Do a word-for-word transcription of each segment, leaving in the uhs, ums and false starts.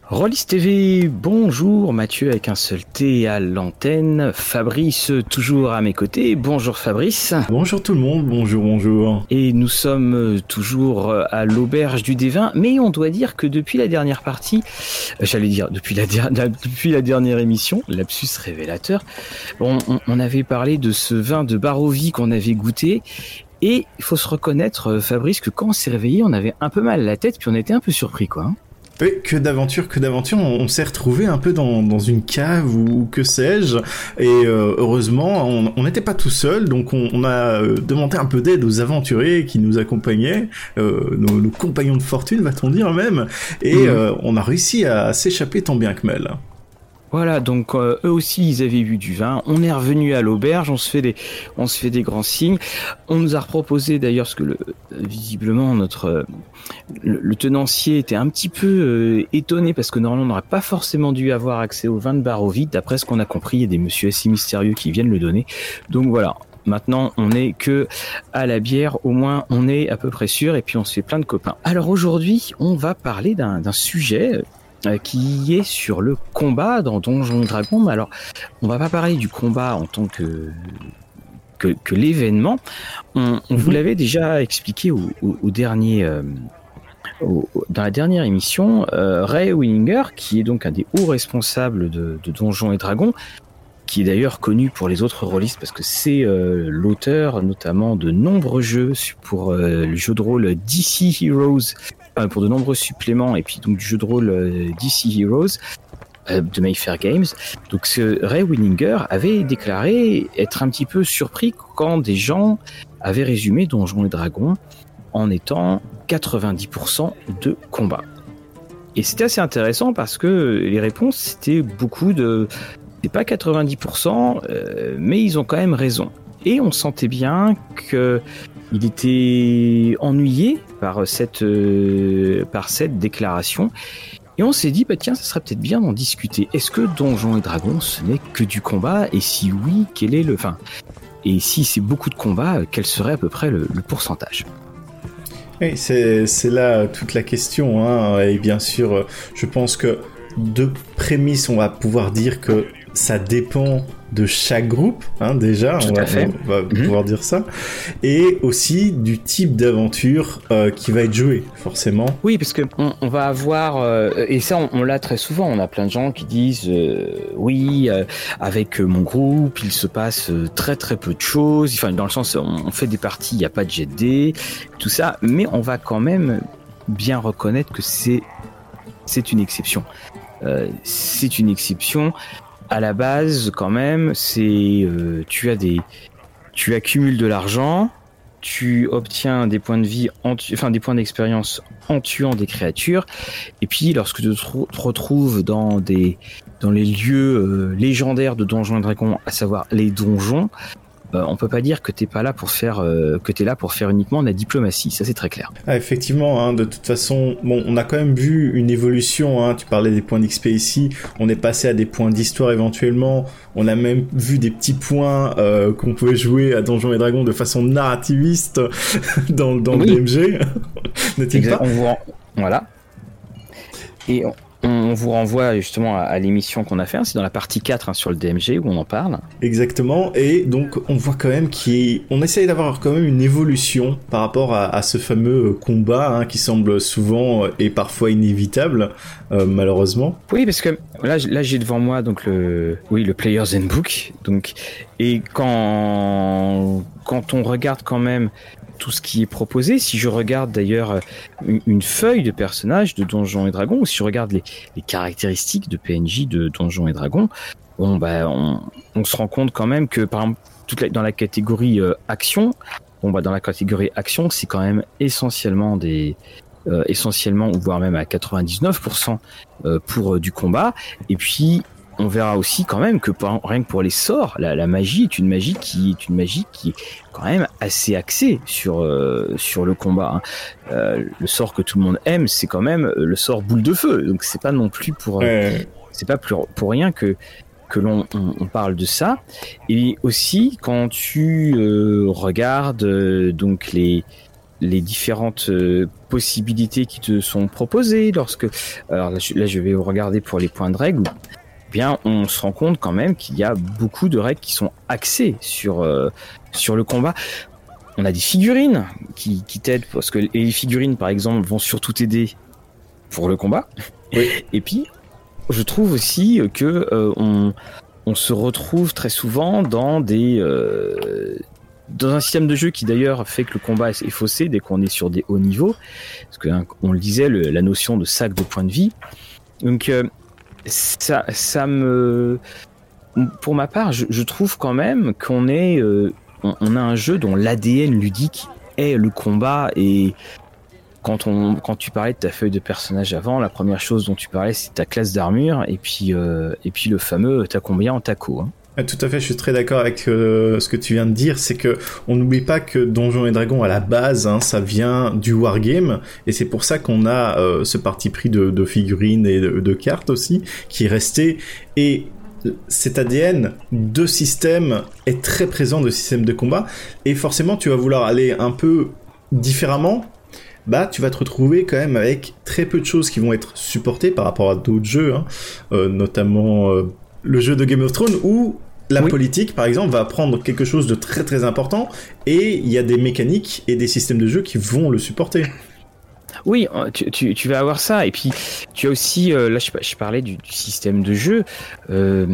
Rollis T V, bonjour, Mathieu avec un seul T à l'antenne, Fabrice toujours à mes côtés, bonjour Fabrice. Bonjour tout le monde, bonjour, bonjour. Et nous sommes toujours à l'auberge du Dévin, mais on doit dire que depuis la dernière partie, j'allais dire depuis la, der- depuis la dernière émission, lapsus révélateur, on, on, on avait parlé de ce vin de Barovie qu'on avait goûté. Et il faut se reconnaître, Fabrice, que quand on s'est réveillé, on avait un peu mal à la tête, puis on était un peu surpris, quoi. Oui, que d'aventure, que d'aventure, on, on s'est retrouvé un peu dans, dans une cave ou, ou que sais-je, et euh, heureusement, on n'était pas tout seul, donc on, on a euh, demandé un peu d'aide aux aventuriers qui nous accompagnaient, euh, nos, nos compagnons de fortune, va-t-on dire même, et mmh. euh, on a réussi à s'échapper tant bien que mal. Voilà, donc euh, eux aussi ils avaient bu du vin. On est revenu à l'auberge, on se fait des, on se fait des grands signes. On nous a proposé d'ailleurs, parce que le, visiblement notre euh, le, le tenancier était un petit peu euh, étonné parce que normalement on n'aurait pas forcément dû avoir accès au vin de Barovie. D'après ce qu'on a compris, il y a des messieurs assez mystérieux qui viennent le donner. Donc voilà. Maintenant, on n'est que à la bière, au moins on est à peu près sûr, et puis on se fait plein de copains. Alors aujourd'hui, on va parler d'un, d'un sujet euh, qui est sur le combat dans Donjons et Dragons. Mais alors, on va pas parler du combat en tant que que, que l'événement. On, on vous l'avait déjà expliqué au, au, au dernier. Euh, Au, dans la dernière émission, euh, Ray Winninger, qui est donc un des hauts responsables de, de Donjons et Dragons, qui est d'ailleurs connu pour les autres rôlistes parce que c'est euh, l'auteur notamment de nombreux jeux pour euh, le jeu de rôle D C Heroes, euh, pour de nombreux suppléments, et puis donc du jeu de rôle euh, D C Heroes euh, de Mayfair Games. Donc ce Ray Winninger avait déclaré être un petit peu surpris quand des gens avaient résumé Donjons et Dragons en étant quatre-vingt-dix pour cent de combat. Et c'était assez intéressant parce que les réponses, c'était beaucoup de... C'est pas quatre-vingt-dix pour cent, euh, mais ils ont quand même raison. Et on sentait bien qu'il était ennuyé par cette, euh, par cette déclaration. Et on s'est dit, bah tiens, ça serait peut-être bien d'en discuter. Est-ce que Donjons et Dragons, ce n'est que du combat? Et si oui, quel est le... Enfin, et si c'est beaucoup de combat, quel serait à peu près le, le pourcentage? Oui, c'est, c'est là toute la question, hein. Et bien sûr, je pense que de prémisse, on va pouvoir dire que ça dépend de chaque groupe, hein, déjà, Tout on va, à fait. on va mmh. pouvoir dire ça, et aussi du type d'aventure euh, qui va être joué, forcément. Oui, parce que on, on va avoir, euh, et ça on, on l'a très souvent, on a plein de gens qui disent euh, oui, euh, avec mon groupe, il se passe très très peu de choses, enfin dans le sens, on, on fait des parties, il n'y a pas de jet de dés, tout ça, mais on va quand même bien reconnaître que c'est, c'est une exception. Euh, c'est une exception. À la base, quand même, c'est euh, tu as des, tu accumules de l'argent, tu obtiens des points de vie, en tu... enfin des points d'expérience en tuant des créatures, et puis lorsque tu te, tr- te retrouves dans des, dans les lieux euh, légendaires de Donjons et Dragons, à savoir les donjons, euh, on peut pas dire que t'es pas là pour faire, euh, que t'es là pour faire uniquement de la diplomatie, ça c'est très clair. Ah, effectivement, hein, de toute façon, bon, on a quand même vu une évolution, hein, tu parlais des points d'X P ici, on est passé à des points d'histoire éventuellement, on a même vu des petits points euh, qu'on pouvait jouer à Donjons et Dragons de façon narrativiste dans, dans oui. le D M G, n'est-il exact, pas on vous rend... Voilà. Et on... On vous renvoie justement à l'émission qu'on a fait, c'est dans la partie quatre, hein, sur le D M G où on en parle. Exactement, et donc on voit quand même qu'on essaye d'avoir quand même une évolution par rapport à, à ce fameux combat, hein, qui semble souvent et parfois inévitable, euh, malheureusement. Oui, parce que là, là j'ai devant moi donc le, oui, le Player's Handbook, donc, et quand, quand on regarde quand même tout ce qui est proposé, si je regarde d'ailleurs une, une feuille de personnage de Donjons et Dragons, ou si je regarde les, les caractéristiques de P N J de Donjons et Dragons, bon, bah, on, on se rend compte quand même que, par exemple, toute la, dans la catégorie euh, action, bon, bah, dans la catégorie action, c'est quand même essentiellement des, euh, essentiellement, voire même à quatre-vingt-dix-neuf pour cent euh, pour euh, du combat, et puis on verra aussi quand même que pour, rien que pour les sorts, la, la magie est une magie qui est une magie qui est quand même assez axée sur euh, sur le combat. Hein. Euh, le sort que tout le monde aime, c'est quand même le sort boule de feu. Donc c'est pas non plus pour euh, c'est pas pour, pour rien que que l'on on, on parle de ça. Et aussi quand tu euh, regardes euh, donc les les différentes euh, possibilités qui te sont proposées. Lorsque, alors là je, là, je vais regarder pour les points de règles. Eh bien, on se rend compte quand même qu'il y a beaucoup de règles qui sont axées sur euh, sur le combat. On a des figurines qui, qui t'aident parce que les figurines, par exemple, vont surtout t'aider pour le combat. Oui. Et puis, je trouve aussi que euh, on, on se retrouve très souvent dans des euh, dans un système de jeu qui d'ailleurs fait que le combat est faussé dès qu'on est sur des hauts niveaux, parce que hein, on le disait, le, la notion de sac de points de vie. Donc euh, ça, ça me, pour ma part, je, je trouve quand même qu'on est euh, On, on a un jeu dont l'A D N ludique est le combat, et quand, on, quand tu parlais de ta feuille de personnage avant, la première chose dont tu parlais c'est ta classe d'armure et puis, euh, et puis le fameux t'as combien en taco hein. Tout à fait, je suis très d'accord avec euh, ce que tu viens de dire, c'est que on n'oublie pas que Donjons et Dragons à la base, hein, ça vient du wargame, et c'est pour ça qu'on a euh, ce parti pris de, de figurines et de, de cartes aussi, qui est resté, et cet A D N de système est très présent de système de combat, et forcément tu vas vouloir aller un peu différemment, bah tu vas te retrouver quand même avec très peu de choses qui vont être supportées par rapport à d'autres jeux, hein, euh, notamment euh, le jeu de Game of Thrones où la oui. politique par exemple va prendre quelque chose de très très important, et il y a des mécaniques et des systèmes de jeu qui vont le supporter. Oui, tu, tu, tu vas avoir ça. Et puis, tu as aussi, euh, là, je, je parlais du, du système de jeu. Euh,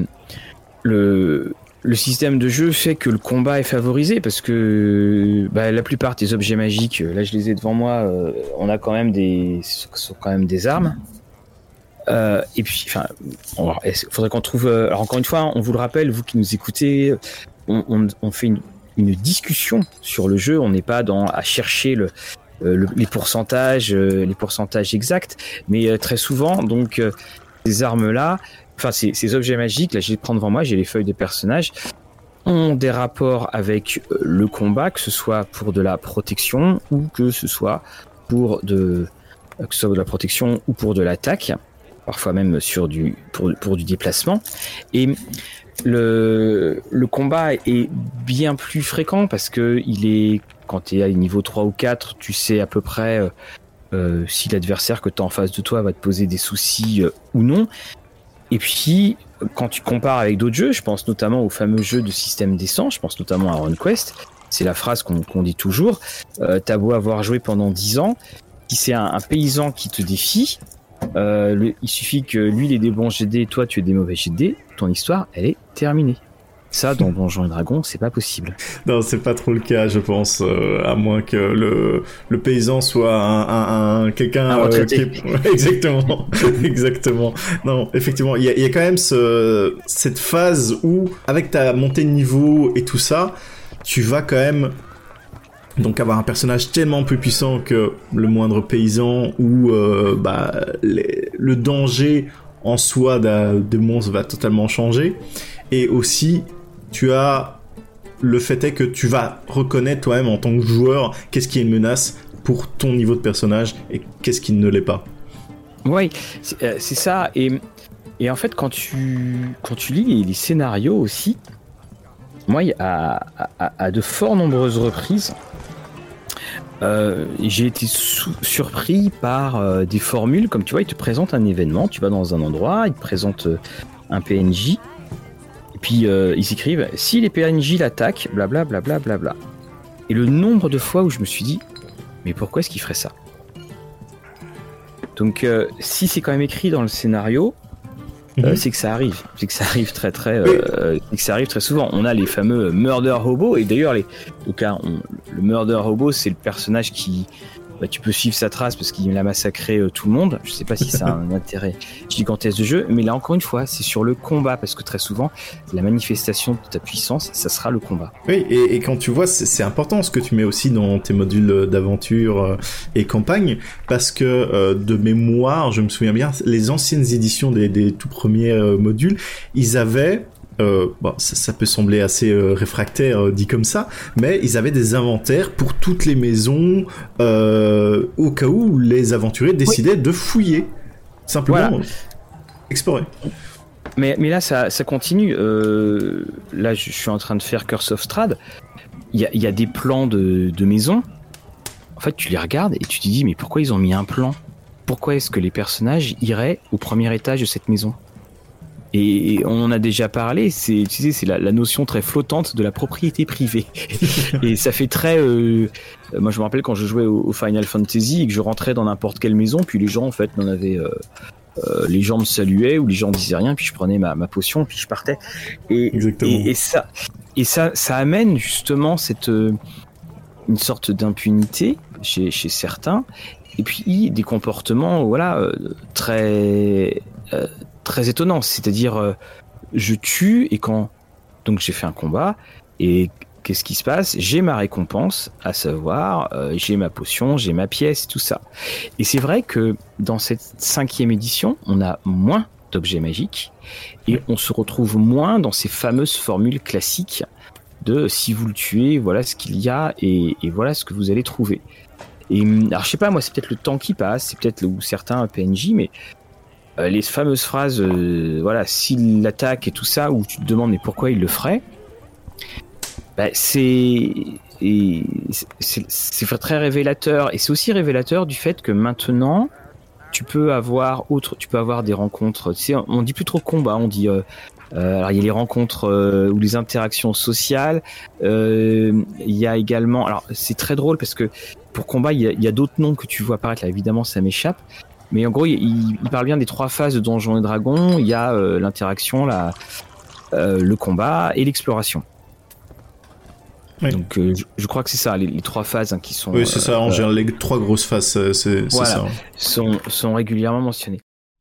le, le système de jeu fait que le combat est favorisé parce que bah, la plupart des objets magiques, là, je les ai devant moi, euh, on a quand même des, sont quand même des armes. Euh, et puis, enfin, il faudrait qu'on trouve. Euh, alors, encore une fois, on vous le rappelle, vous qui nous écoutez, on, on, on fait une, une discussion sur le jeu. On n'est pas dans à chercher le. Euh, le, les pourcentages, euh, les pourcentages exacts, mais euh, très souvent, donc euh, ces armes-là, enfin ces, ces objets magiques, là, je vais prendre devant moi, j'ai les feuilles de personnages, ont des rapports avec euh, le combat, que ce soit pour de la protection ou que ce soit pour de, euh, que ce soit de la protection ou pour de l'attaque, parfois même sur du pour pour du déplacement. Et le le combat est bien plus fréquent parce que il est quand tu es à niveau trois ou quatre, tu sais à peu près euh, euh, si l'adversaire que tu as en face de toi va te poser des soucis euh, ou non. Et puis, quand tu compares avec d'autres jeux, je pense notamment au fameux jeu de système décent, je pense notamment à RunQuest, c'est la phrase qu'on, qu'on dit toujours, euh, t'as beau avoir joué pendant dix ans, si c'est un, un paysan qui te défie, euh, le, il suffit que lui il ait des bons G D, toi tu aies des mauvais G D, ton histoire elle est terminée. Ça, dans Donjons et Dragons, c'est pas possible. Non, c'est pas trop le cas, je pense, euh, à moins que le, le paysan soit un, un, un quelqu'un un euh, qui est... exactement, exactement. Non, effectivement, il y a, y a quand même ce, cette phase où, avec ta montée de niveau et tout ça, tu vas quand même donc avoir un personnage tellement plus puissant que le moindre paysan, où euh, bah les, le danger en soi de monstres va totalement changer, et aussi tu as le fait est que tu vas reconnaître toi-même en tant que joueur qu'est-ce qui est une menace pour ton niveau de personnage et qu'est-ce qui ne l'est pas. Oui, c'est, c'est ça. Et, et en fait, quand tu, quand tu lis les, les scénarios aussi, moi, à, à, à de fort nombreuses reprises, euh, j'ai été sou- surpris par euh, des formules, comme tu vois, ils te présentent un événement, tu vas dans un endroit, ils te présentent un P N J, puis euh, ils écrivent si les P N J l'attaquent, blablabla, bla, bla, bla. Et le nombre de fois où je me suis dit, mais pourquoi est-ce qu'il ferait ça ? Donc, euh, si c'est quand même écrit dans le scénario, mm-hmm. euh, c'est que ça arrive, c'est que ça arrive très très, euh, c'est que ça arrive très souvent. On a les fameux murder hobos, et d'ailleurs les, donc là, on, le murder hobo, c'est le personnage qui bah, tu peux suivre sa trace parce qu'il a massacré euh, tout le monde. Je sais pas si c'est un intérêt gigantesque de jeu, mais là encore une fois, c'est sur le combat, parce que très souvent, la manifestation de ta puissance, ça sera le combat. Oui, et, et quand tu vois, c'est, c'est important ce que tu mets aussi dans tes modules d'aventure euh, et campagne, parce que euh, de mémoire, je me souviens bien, les anciennes éditions des, des tout premiers euh, modules, ils avaient Euh, bon, ça, ça peut sembler assez euh, réfractaire euh, dit comme ça, mais ils avaient des inventaires pour toutes les maisons euh, au cas où les aventuriers décidaient oui. de fouiller, simplement voilà. explorer. Mais, mais là, ça, ça continue. Euh, là, je suis en train de faire Curse of Strahd. Il y a, y a des plans de, de maisons. fait, tu les regardes et tu te dis, mais pourquoi ils ont mis un plan ? Pourquoi est-ce que les personnages iraient au premier étage de cette maison ? Et on en a déjà parlé, c'est, tu sais, c'est la, la notion très flottante de la propriété privée. Et ça fait très... Euh, moi, je me rappelle quand je jouais au, au Final Fantasy et que je rentrais dans n'importe quelle maison, puis les gens, en fait, n'en avaient... Euh, euh, les gens me saluaient ou les gens disaient rien, puis je prenais ma, ma potion, puis je partais. Et, Exactement. et, et, ça, et ça, ça amène justement cette, euh, une sorte d'impunité chez, chez certains, et puis des comportements voilà, euh, très... Euh, très étonnant, c'est-à-dire euh, je tue et quand donc j'ai fait un combat et qu'est-ce qui se passe ? J'ai ma récompense, à savoir euh, j'ai ma potion, j'ai ma pièce, tout ça. Et c'est vrai que dans cette cinquième édition, on a moins d'objets magiques et on se retrouve moins dans ces fameuses formules classiques de si vous le tuez, voilà ce qu'il y a et, et voilà ce que vous allez trouver. Et alors je sais pas, moi c'est peut-être le temps qui passe, c'est peut-être ou certains P N J, mais Euh, les fameuses phrases, euh, voilà, s'il l'attaque et tout ça, où tu te demandes mais pourquoi il le ferait, bah, c'est, et c'est, c'est très révélateur, et c'est aussi révélateur du fait que maintenant, tu peux avoir autre, tu peux avoir des rencontres. Tu sais, on dit plus trop combat, on dit. Euh, euh, alors il y a les rencontres euh, ou les interactions sociales. Euh, il y a également, alors c'est très drôle parce que pour combat, il y a, il y a d'autres noms que tu vois apparaître. Là, évidemment, ça m'échappe. Mais en gros, il, il parle bien des trois phases de Donjons et Dragons. Il y a euh, l'interaction, la, euh, le combat et l'exploration. Oui. Donc, euh, je, je crois que c'est ça, les, les trois phases hein, qui sont... Oui, c'est ça, en euh, général, les trois grosses phases, c'est, c'est voilà, ça. Sont, sont régulièrement mentionnées.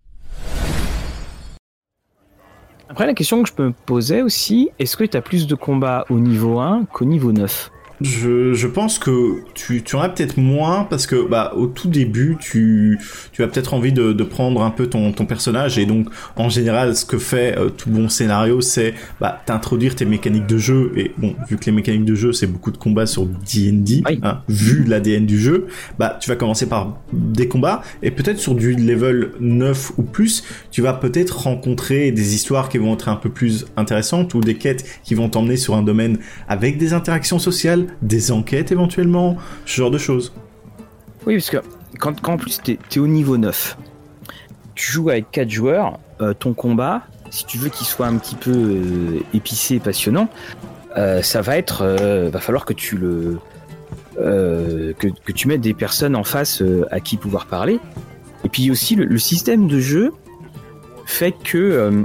Après, la question que je me posais aussi, est-ce que tu as plus de combats au niveau un qu'au niveau neuf ? Je, je pense que tu, tu en as peut-être moins parce que bah au tout début tu, tu as peut-être envie de, de prendre un peu ton, ton personnage et donc en général ce que fait euh, tout bon scénario c'est bah t'introduire tes mécaniques de jeu et bon vu que les mécaniques de jeu c'est beaucoup de combats sur D and D oui. hein, vu l'A D N du jeu bah tu vas commencer par des combats et peut-être sur du level neuf ou plus tu vas peut-être rencontrer des histoires qui vont être un peu plus intéressantes ou des quêtes qui vont t'emmener sur un domaine avec des interactions sociales, des enquêtes éventuellement, ce genre de choses. Oui, parce que quand, quand en plus t'es, t'es au niveau neuf, tu joues avec quatre joueurs, euh, ton combat, si tu veux qu'il soit un petit peu euh, épicé et passionnant, euh, ça va être, euh, va falloir que tu le, euh, que, que tu mettes des personnes en face euh, à qui pouvoir parler. Et puis aussi le, le système de jeu fait que, euh,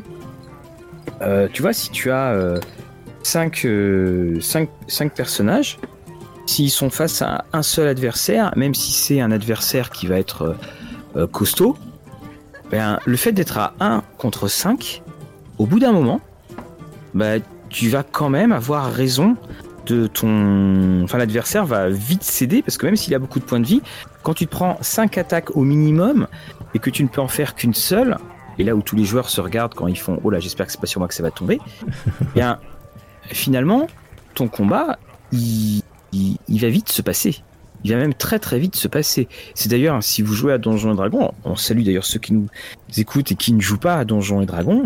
euh, tu vois, si tu as euh, cinq, euh, cinq, cinq personnages, s'ils sont face à un seul adversaire, même si c'est un adversaire qui va être euh, costaud, ben, le fait d'être à un contre cinq, au bout d'un moment, ben, tu vas quand même avoir raison de ton... Enfin, l'adversaire va vite céder, parce que même s'il a beaucoup de points de vie, quand tu te prends cinq attaques au minimum, et que tu ne peux en faire qu'une seule, et là où tous les joueurs se regardent quand ils font « Oh là, j'espère que c'est pas sur moi que ça va tomber », bien, finalement, ton combat, il... Il, il va vite se passer. Il va même très très vite se passer. C'est d'ailleurs, si vous jouez à Donjons et Dragons, on salue d'ailleurs ceux qui nous écoutent et qui ne jouent pas à Donjons et Dragons.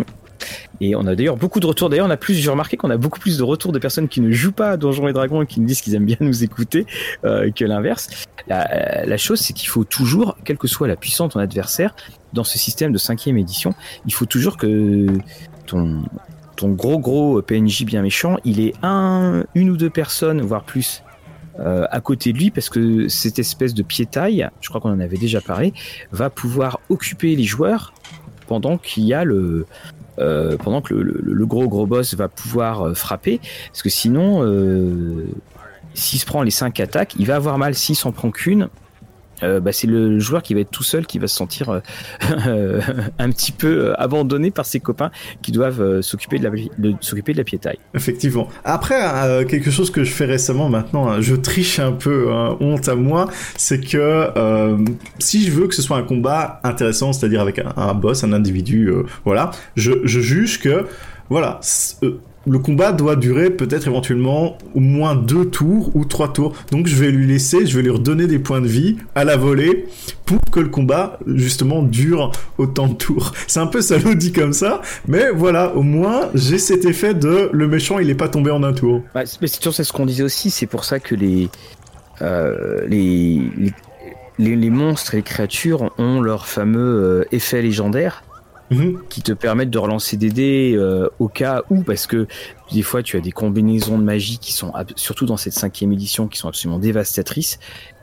Et on a d'ailleurs beaucoup de retours. D'ailleurs, on a plus, j'ai remarqué qu'on a beaucoup plus de retours de personnes qui ne jouent pas à Donjons et Dragons et qui nous disent qu'ils aiment bien nous écouter euh, que l'inverse. La, la chose, c'est qu'il faut toujours, quelle que soit la puissance de ton adversaire, dans ce système de cinquième édition, il faut toujours que ton, ton gros gros P N J bien méchant, il ait un, une ou deux personnes, voire plus, Euh, à côté de lui, parce que cette espèce de piétaille, je crois qu'on en avait déjà parlé, va pouvoir occuper les joueurs pendant qu'il y a le euh, pendant que le, le, le gros gros boss va pouvoir euh, frapper, parce que sinon euh, s'il se prend les cinq attaques, il va avoir mal. S'il s'en prend qu'une, euh, bah, c'est le joueur qui va être tout seul qui va se sentir euh, un petit peu abandonné par ses copains qui doivent euh, s'occuper de la de, s'occuper de la piétaille. Effectivement. Après, euh, quelque chose que je fais récemment maintenant, hein, je triche un peu, hein, honte à moi, c'est que euh, si je veux que ce soit un combat intéressant, c'est-à-dire avec un, un boss, un individu, euh, voilà, je, je juge que, voilà, euh, le combat doit durer peut-être éventuellement au moins deux tours ou trois tours. Donc je vais lui laisser, je vais lui redonner des points de vie à la volée pour que le combat justement dure autant de tours. C'est un peu salaud dit comme ça, mais voilà, au moins j'ai cet effet de le méchant il est pas tombé en un tour. Bah, c'est, c'est ce qu'on disait aussi, c'est pour ça que les euh, les, les, les, les monstres et les créatures ont leur fameux euh, effet légendaire mmh. qui te permettent de relancer des dés euh, au cas où, parce que des fois tu as des combinaisons de magie qui sont, surtout dans cette cinquième édition, qui sont absolument dévastatrices.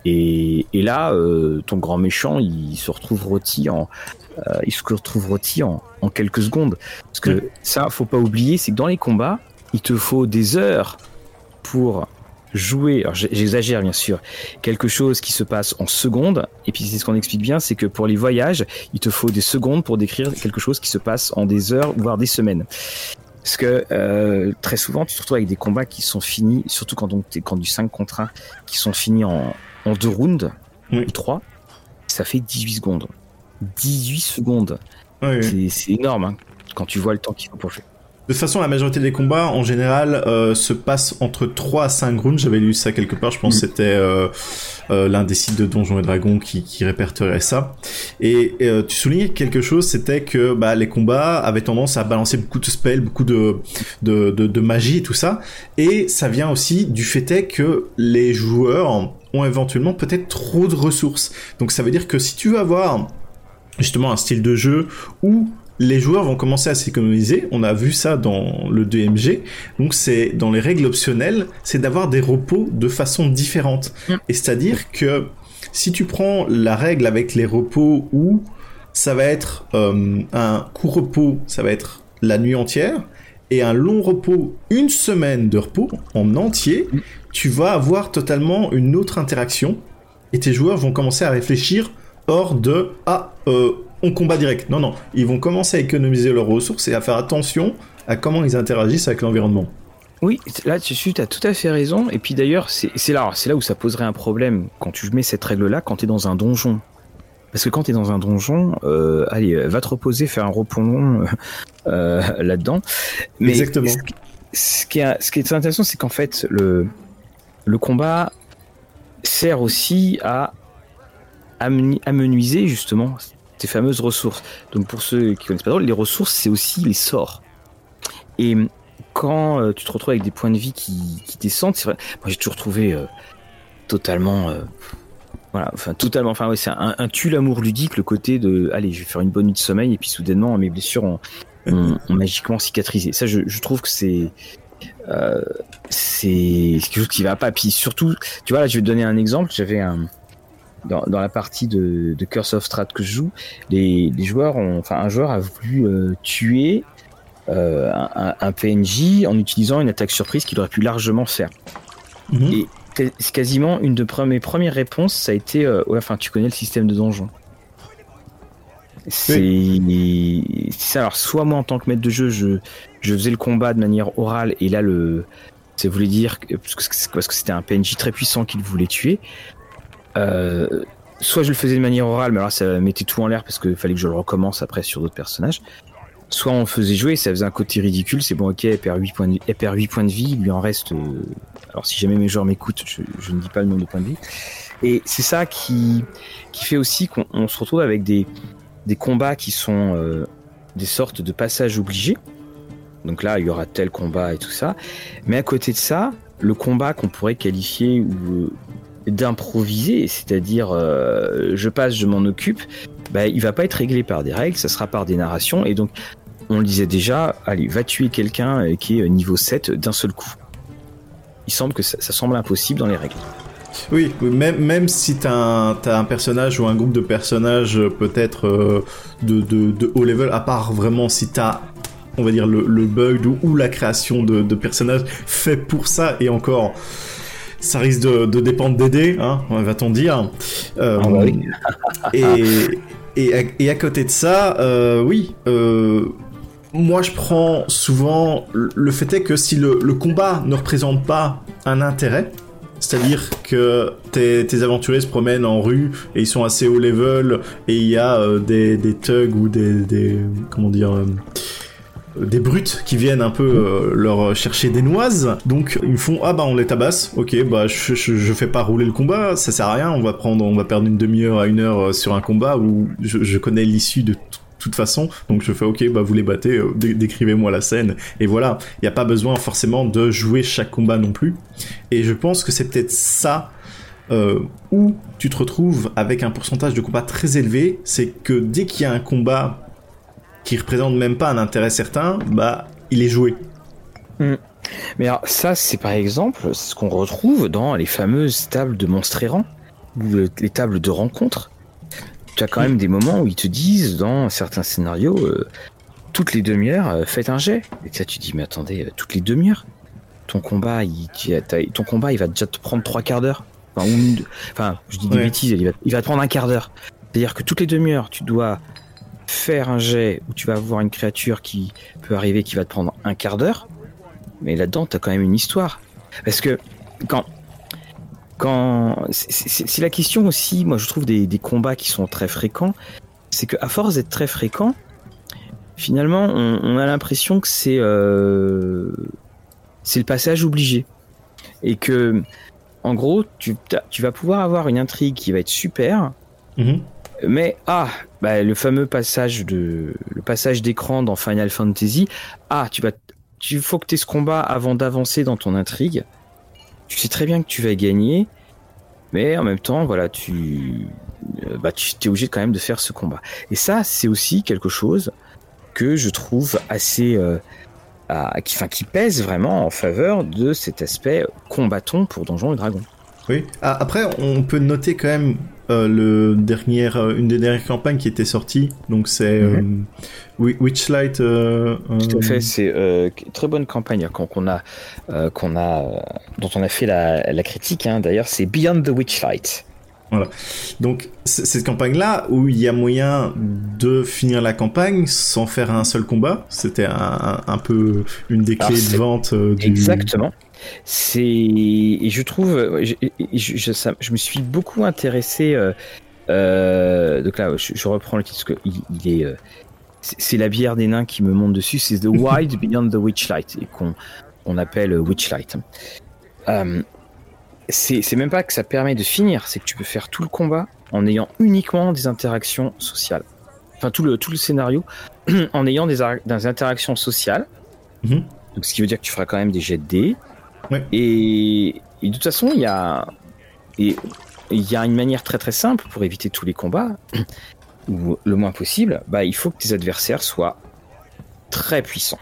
Et, et là, euh, ton grand méchant, il se retrouve rôti en, euh, il se retrouve rôti en, en quelques secondes. Parce que mmh. ça, faut pas oublier, c'est que dans les combats, il te faut des heures pour jouer. Alors j'exagère bien sûr, quelque chose qui se passe en secondes. Et puis c'est ce qu'on explique bien, c'est que pour les voyages, il te faut des secondes pour décrire quelque chose qui se passe en des heures, voire des semaines. Parce que euh, très souvent, tu te retrouves avec des combats qui sont finis, surtout quand donc t'es quand du cinq contre un, qui sont finis en en deux rounds, oui. ou trois, ça fait dix-huit secondes. dix-huit secondes. Oui, c'est, oui. c'est énorme, hein, quand tu vois le temps qu'il faut pour jouer. De toute façon, la majorité des combats, en général, euh, se passent entre trois à cinq rounds. J'avais lu ça quelque part, je pense mmh. que c'était euh, euh, l'un des sites de Donjons et Dragons qui, qui répertoriait ça. Et euh, tu soulignais quelque chose, c'était que bah, les combats avaient tendance à balancer beaucoup de spells, beaucoup de, de, de, de magie et tout ça. Et ça vient aussi du fait est que les joueurs ont éventuellement peut-être trop de ressources. Donc ça veut dire que si tu veux avoir justement un style de jeu où les joueurs vont commencer à s'économiser, on a vu ça dans le D M G, donc c'est dans les règles optionnelles, c'est d'avoir des repos de façon différente. Mmh. Et c'est-à-dire que si tu prends la règle avec les repos où ça va être euh, un court repos, ça va être la nuit entière, et un long repos, une semaine de repos en entier, mmh. tu vas avoir totalement une autre interaction, et tes joueurs vont commencer à réfléchir hors de « Ah, euh, on combat direct ». Non, non, ils vont commencer à économiser leurs ressources et à faire attention à comment ils interagissent avec l'environnement. Oui, là, tu as tout à fait raison. Et puis d'ailleurs, c'est, c'est, là, c'est là où ça poserait un problème quand tu mets cette règle-là, quand tu es dans un donjon. Parce que quand tu es dans un donjon, euh, allez, va te reposer, faire un repos long euh, là-dedans. Mais exactement. Ce, ce, qui est, ce qui est intéressant, c'est qu'en fait, le, le combat sert aussi à amenuiser justement ces fameuses ressources. Donc pour ceux qui connaissent pas trop, les ressources, c'est aussi les sorts. Et quand euh, tu te retrouves avec des points de vie qui, qui descendent, c'est vrai, moi j'ai toujours trouvé euh, totalement... Euh, voilà, enfin totalement, enfin ouais, c'est un, un tue l'amour ludique, le côté de allez, je vais faire une bonne nuit de sommeil et puis soudainement mes blessures ont, ont, ont magiquement cicatrisé. Ça, je, je trouve que c'est euh, c'est quelque chose qui va pas. Puis surtout, tu vois là, je vais te donner un exemple. J'avais un dans, dans la partie de, de Curse of Strahd que je joue, les, les joueurs ont, enfin un joueur a voulu euh, tuer euh, un, un P N J en utilisant une attaque surprise qu'il aurait pu largement faire. Mmh. Et c'est quasiment une de mes premières réponses, ça a été euh, ouais, enfin tu connais le système de donjon. C'est, oui. c'est ça. Alors soit moi en tant que maître de jeu, je je faisais le combat de manière orale et là le ça voulait dire que, parce que parce que c'était un P N J très puissant qu'il voulait tuer. Euh, soit je le faisais de manière orale, mais alors ça mettait tout en l'air parce qu'il fallait que je le recommence après sur d'autres personnages. Soit on faisait jouer, ça faisait un côté ridicule, c'est bon, ok, elle perd huit points de, elle perd huit points de vie, il lui en reste... Euh, alors si jamais mes joueurs m'écoutent, je, je ne dis pas le nombre de points de vie. Et c'est ça qui, qui fait aussi qu'on on se retrouve avec des, des combats qui sont euh, des sortes de passages obligés. Donc là, il y aura tel combat et tout ça. Mais à côté de ça, le combat qu'on pourrait qualifier ou, d'improviser, c'est-à-dire euh, je passe, je m'en occupe, bah, il va pas être réglé par des règles, ça sera par des narrations. Et donc, on le disait déjà, allez, va tuer quelqu'un qui est niveau sept d'un seul coup. Il semble que ça, ça semble impossible dans les règles. Oui, même, même si t'as un, t'as un personnage ou un groupe de personnages peut-être euh, de, de, de haut level, à part vraiment si t'as, on va dire, le, le bug ou, ou la création de, de personnages fait pour ça, et encore, ça risque de, de dépendre des dés, hein, va-t-on dire. Euh, ah bah oui. et, et, à, et à côté de ça, euh, oui... Euh, moi, je prends souvent le fait est que si le, le combat ne représente pas un intérêt, c'est-à-dire que tes, tes aventuriers se promènent en rue et ils sont assez haut level et il y a euh, des, des thugs ou des, des comment dire euh, des brutes qui viennent un peu euh, leur chercher des noises, donc ils me font ah bah on les tabasse, ok bah je, je, je fais pas rouler le combat, ça sert à rien, on va prendre on va perdre une demi-heure à une heure sur un combat où je, je connais l'issue de tout toute façon, donc je fais ok bah vous les battez, euh, dé- décrivez-moi la scène et voilà, il n'y a pas besoin forcément de jouer chaque combat non plus, et je pense que c'est peut-être ça euh, où tu te retrouves avec un pourcentage de combat très élevé, c'est que dès qu'il y a un combat qui représente même pas un intérêt certain, bah il est joué. Mmh. Mais alors ça, c'est par exemple ce qu'on retrouve dans les fameuses tables de monstres errants ou les tables de rencontres. Tu as quand même des moments où ils te disent dans certains scénarios euh, toutes les demi-heures euh, faites un jet. Et ça tu dis mais attendez, euh, toutes les demi-heures ton combat il, tu, ton combat il va déjà te prendre trois quarts d'heure. Enfin, ou une, enfin je dis des ouais. bêtises, il va, il va te prendre un quart d'heure. C'est-à-dire que toutes les demi-heures tu dois faire un jet où tu vas avoir une créature qui peut arriver qui va te prendre un quart d'heure. Mais là-dedans, t'as quand même une histoire. Parce que quand, quand, c'est, c'est, c'est la question aussi. Moi, je trouve des, des combats qui sont très fréquents. C'est que à force d'être très fréquents, finalement, on, on a l'impression que c'est, euh, c'est le passage obligé, et que, en gros, tu, tu vas pouvoir avoir une intrigue qui va être super. Mm-hmm. Mais ah, bah, le fameux passage de, le passage d'écran dans Final Fantasy. Ah, tu vas Il faut que tu aies ce combat avant d'avancer dans ton intrigue. Tu sais très bien que tu vas gagner, mais en même temps, voilà, tu, euh, bah, tu es obligé quand même de faire ce combat. Et ça, c'est aussi quelque chose que je trouve assez, euh, à, qui, enfin, qui pèse vraiment en faveur de cet aspect combattant pour Donjons et Dragons. Oui. Ah, après, on peut noter quand même euh, le dernier, euh, une des dernières campagnes qui était sortie. Donc c'est mm-hmm. euh, Witchlight. Euh, Tout à fait. C'est euh, une très bonne campagne qu'on, qu'on a, euh, qu'on a, dont on a fait la, la critique. Hein. D'ailleurs, c'est Beyond the Witchlight. Voilà. Donc c- cette campagne-là, où il y a moyen de finir la campagne sans faire un seul combat, c'était un, un, un peu une des clés Alors, de vente euh, du. Exactement. C'est et je trouve je, je, je, ça, je me suis beaucoup intéressé euh, euh, donc là je, je reprends le titre parce que il, il est euh, c'est, c'est la bière des nains qui me monte dessus, c'est The Wild Beyond the Witchlight et qu'on on appelle Witchlight. Euh, c'est c'est même pas que ça permet de finir, c'est que tu peux faire tout le combat en ayant uniquement des interactions sociales. Enfin tout le tout le scénario en ayant des, des interactions sociales. Mm-hmm. Donc ce qui veut dire que tu feras quand même des jets de dés. Ouais. Et, et de toute façon, il y a, il y a une manière très très simple pour éviter tous les combats, ou le moins possible. Bah, il faut que tes adversaires soient très puissants.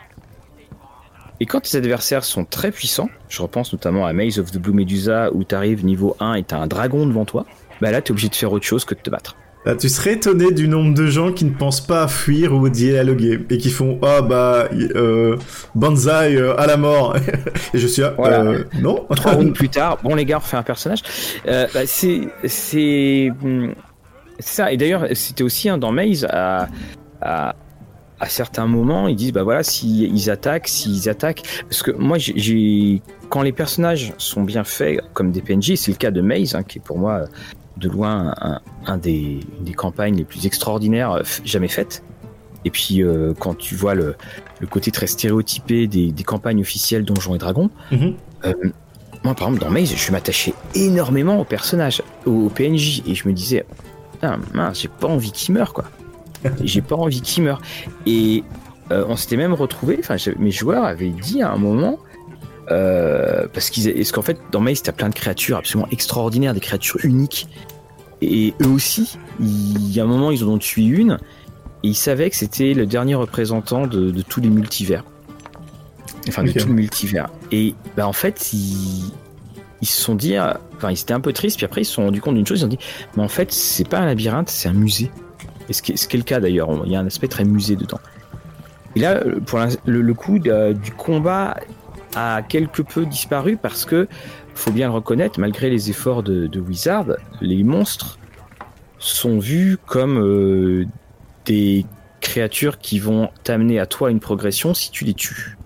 Et quand tes adversaires sont très puissants, je repense notamment à Maze of the Blue Medusa où tu arrives niveau un et tu as un dragon devant toi, bah là tu es obligé de faire autre chose que de te battre. Là, tu serais étonné du nombre de gens qui ne pensent pas à fuir ou dialoguer et qui font ah oh, bah euh, Banzai euh, à la mort et je suis là voilà. euh, non trois rounds plus tard bon les gars on refait un personnage euh, bah, c'est c'est c'est ça. Et d'ailleurs c'était aussi hein, dans Maze à, à à certains moments ils disent bah voilà si ils attaquent s'ils attaquent parce que moi j'ai, j'ai quand les personnages sont bien faits comme des P N J, c'est le cas de Maze hein, qui est pour moi de loin un, un des, des campagnes les plus extraordinaires jamais faites. Et puis euh, quand tu vois le, le côté très stéréotypé des, des campagnes officielles Donjons et Dragons, mm-hmm. euh, moi par exemple dans Maze je m'attachais énormément aux personnages, aux, aux P N J, et je me disais ah, mince, j'ai pas envie qu'ils meurent quoi. j'ai pas envie qu'ils meurent. Et euh, on s'était même retrouvé, enfin mes joueurs avaient dit à un moment Euh, parce qu'ils, parce qu'en fait dans Maze t'as plein de créatures absolument extraordinaires, des créatures uniques, et eux aussi il y a un moment ils en ont tué une et ils savaient que c'était le dernier représentant de, de tous les multivers, enfin okay. de tout le multivers, et bah en fait ils, ils se sont dit, enfin ils étaient un peu tristes, puis après ils se sont rendus compte d'une chose, ils ont dit mais en fait c'est pas un labyrinthe, c'est un musée, et ce qui est, ce qui est le cas d'ailleurs, il y a un aspect très musée dedans. Et là pour le, le coup de, du combat a quelque peu disparu parce que, faut bien le reconnaître, malgré les efforts de, de Wizard, les monstres sont vus comme euh, des créatures qui vont t'amener à toi une progression si tu les tues.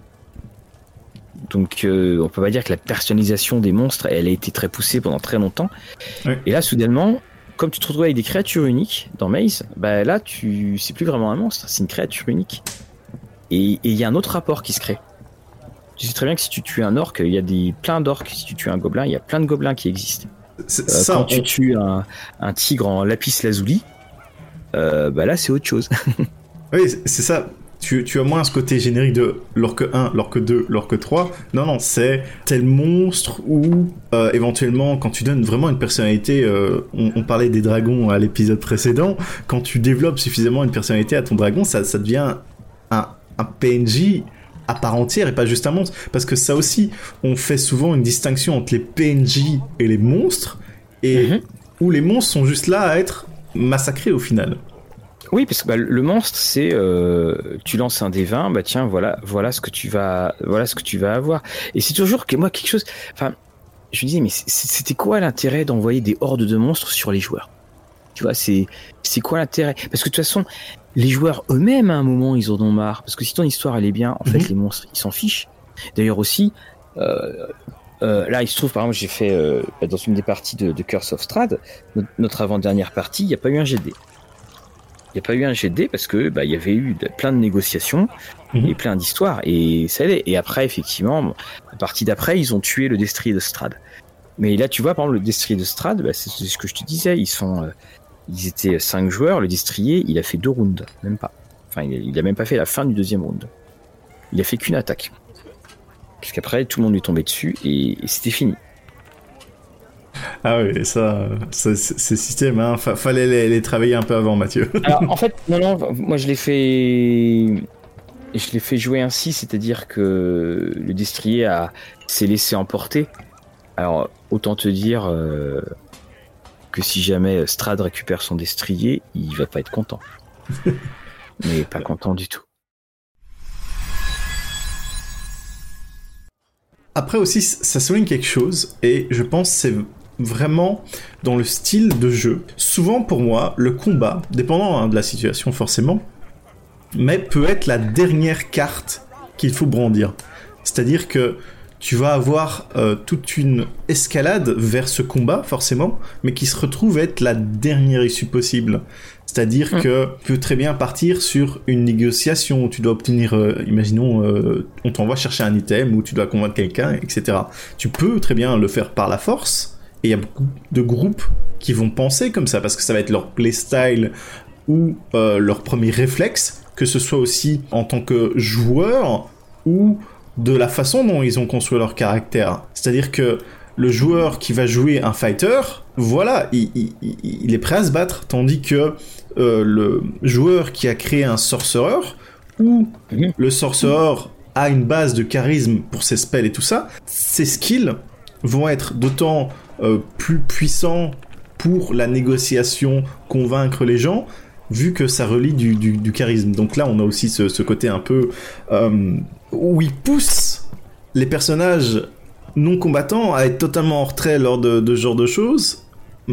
Donc euh, on peut pas dire que la personnalisation des monstres elle a été très poussée pendant très longtemps. Oui. Et là soudainement, comme tu te retrouves avec des créatures uniques dans Maze, bah là tu c'est plus vraiment un monstre, c'est une créature unique. Et il y a un autre rapport qui se crée. Tu sais très bien que si tu tues un orc, il y a des, plein d'orcs. Si tu tues un gobelin, il y a plein de gobelins qui existent. C'est, euh, ça, quand on... tu tues un, un tigre en lapis lazuli, euh, bah là c'est autre chose. Oui, c'est ça. Tu, tu as moins ce côté générique de l'orque un, l'orque deux, l'orque trois. Non, non, c'est tel monstre ou euh, éventuellement, quand tu donnes vraiment une personnalité, euh, on, on parlait des dragons à l'épisode précédent, quand tu développes suffisamment une personnalité à ton dragon, ça, ça devient un, un P N J à part entière et pas juste un monstre. Parce que ça aussi, on fait souvent une distinction entre les P N J et les monstres, et mm-hmm. où les monstres sont juste là à être massacrés au final. Oui, parce que bah, le monstre, c'est euh, tu lances un dé vingt, bah tiens, voilà, voilà ce que tu vas, voilà ce que tu vas avoir. Et c'est toujours que moi quelque chose. Enfin, je me disais, mais c'était quoi l'intérêt d'envoyer des hordes de monstres sur les joueurs ? Tu vois, c'est c'est quoi l'intérêt ? Parce que de toute façon, les joueurs eux-mêmes, à un moment, ils en ont marre. Parce que si ton histoire elle est bien, en mm-hmm. fait, les monstres, ils s'en fichent. D'ailleurs aussi, euh, euh, là, il se trouve, par exemple, j'ai fait euh, dans une des parties de, de Curse of Strahd, notre, notre avant-dernière partie, il n'y a pas eu un G D. Il n'y a pas eu un G D parce que bah il y avait eu de, plein de négociations mmh. et plein d'histoires et ça allait. Et après effectivement, bon, la partie d'après ils ont tué le destrier de Strahd. Mais là tu vois par exemple le destrier de Strahd, bah, c'est ce que je te disais, ils sont, euh, ils étaient cinq joueurs. Le destrier il a fait deux rounds, même pas. Enfin il a, il a même pas fait la fin du deuxième round. Il a fait qu'une attaque. Puisqu'après tout le monde lui est tombé dessus et, et c'était fini. Ah oui, ça, ça ces systèmes, hein, fa- fallait les, les travailler un peu avant, Mathieu. Alors, en fait, non, non, moi je l'ai fait, je l'ai fait jouer ainsi, c'est-à-dire que le destrier a s'est laissé emporter. Alors, autant te dire euh, que si jamais Strahd récupère son destrier, il va pas être content. Mais pas content du tout. Après aussi, ça souligne quelque chose, et je pense que c'est vraiment dans le style de jeu. Souvent pour moi, le combat, dépendant hein, de la situation forcément, mais peut être la dernière carte qu'il faut brandir. C'est-à-dire que tu vas avoir euh, toute une escalade vers ce combat, forcément, mais qui se retrouve être la dernière issue possible. C'est-à-dire mmh. que tu peux très bien partir sur une négociation où tu dois obtenir, euh, imaginons, euh, on t'envoie chercher un item, ou tu dois convaincre quelqu'un, et cetera. Tu peux très bien le faire par la force, et il y a beaucoup de groupes qui vont penser comme ça, parce que ça va être leur playstyle ou euh, leur premier réflexe, que ce soit aussi en tant que joueur, ou de la façon dont ils ont construit leur caractère. C'est-à-dire que le joueur qui va jouer un fighter, voilà, il, il, il est prêt à se battre, tandis que euh, le joueur qui a créé un sorcerer, ou mmh. le sorcerer a une base de charisme pour ses spells et tout ça, ses skills vont être d'autant euh, plus puissants pour la négociation, convaincre les gens, vu que ça relie du, du, du charisme. Donc là, on a aussi ce, ce côté un peu euh, où il pousse les personnages non combattants à être totalement en retrait lors de, de ce genre de choses. Mmh.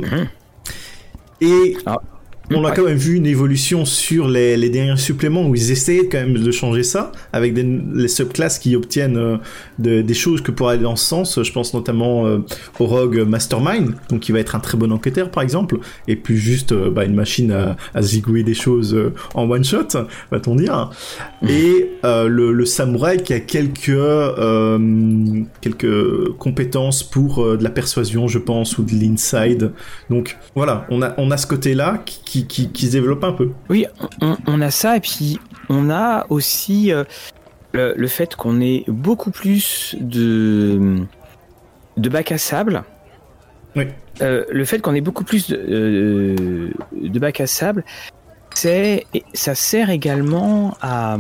Et ah. on a quand même vu une évolution sur les, les derniers suppléments où ils essayaient quand même de changer ça, avec des, les subclasses qui obtiennent euh, de, des choses que pour aller dans ce sens. Je pense notamment euh, au Rogue Mastermind, donc qui va être un très bon enquêteur par exemple, et plus juste euh, bah, une machine à, à zigouiller des choses euh, en one shot, va-t-on dire. Mmh. Et euh, le, le samouraï qui a quelques euh, quelques compétences pour euh, de la persuasion, je pense, ou de l'inside. Donc voilà, on a on a ce côté-là qui, qui Qui, qui se développe un peu. Oui, on, on a ça, et puis on a aussi euh, le, le fait qu'on ait beaucoup plus de, de bac à sable. Oui. Euh, le fait qu'on ait beaucoup plus de, euh, de bac à sable, c'est, ça sert également à,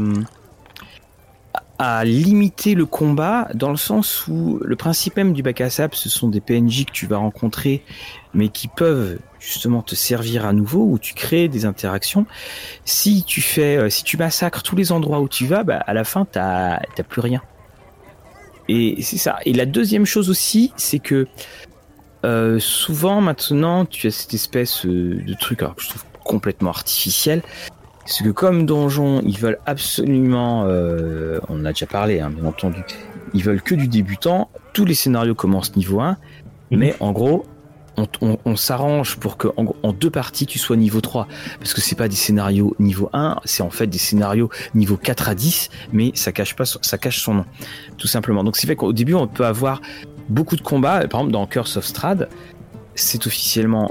à limiter le combat, dans le sens où le principe même du bac à sable, ce sont des P N J que tu vas rencontrer, mais qui peuvent justement te servir à nouveau, où tu crées des interactions. Si tu fais, euh, si tu massacres tous les endroits où tu vas, bah à la fin t'as t'as plus rien. Et c'est ça. Et la deuxième chose aussi, c'est que euh, souvent maintenant tu as cette espèce euh, de truc, alors que je trouve complètement artificiel, c'est que comme Donjon, ils veulent absolument, euh, on en a déjà parlé, hein, bien entendu, ils veulent que du débutant. Tous les scénarios commencent niveau un, mmh. mais en gros, on, on, on s'arrange pour que en, en deux parties tu sois niveau trois, parce que c'est pas des scénarios niveau un, c'est en fait des scénarios niveau quatre à dix, mais ça cache pas, ça cache son nom, tout simplement. Donc c'est fait qu'au début on peut avoir beaucoup de combats. Par exemple dans Curse of Strahd, c'est officiellement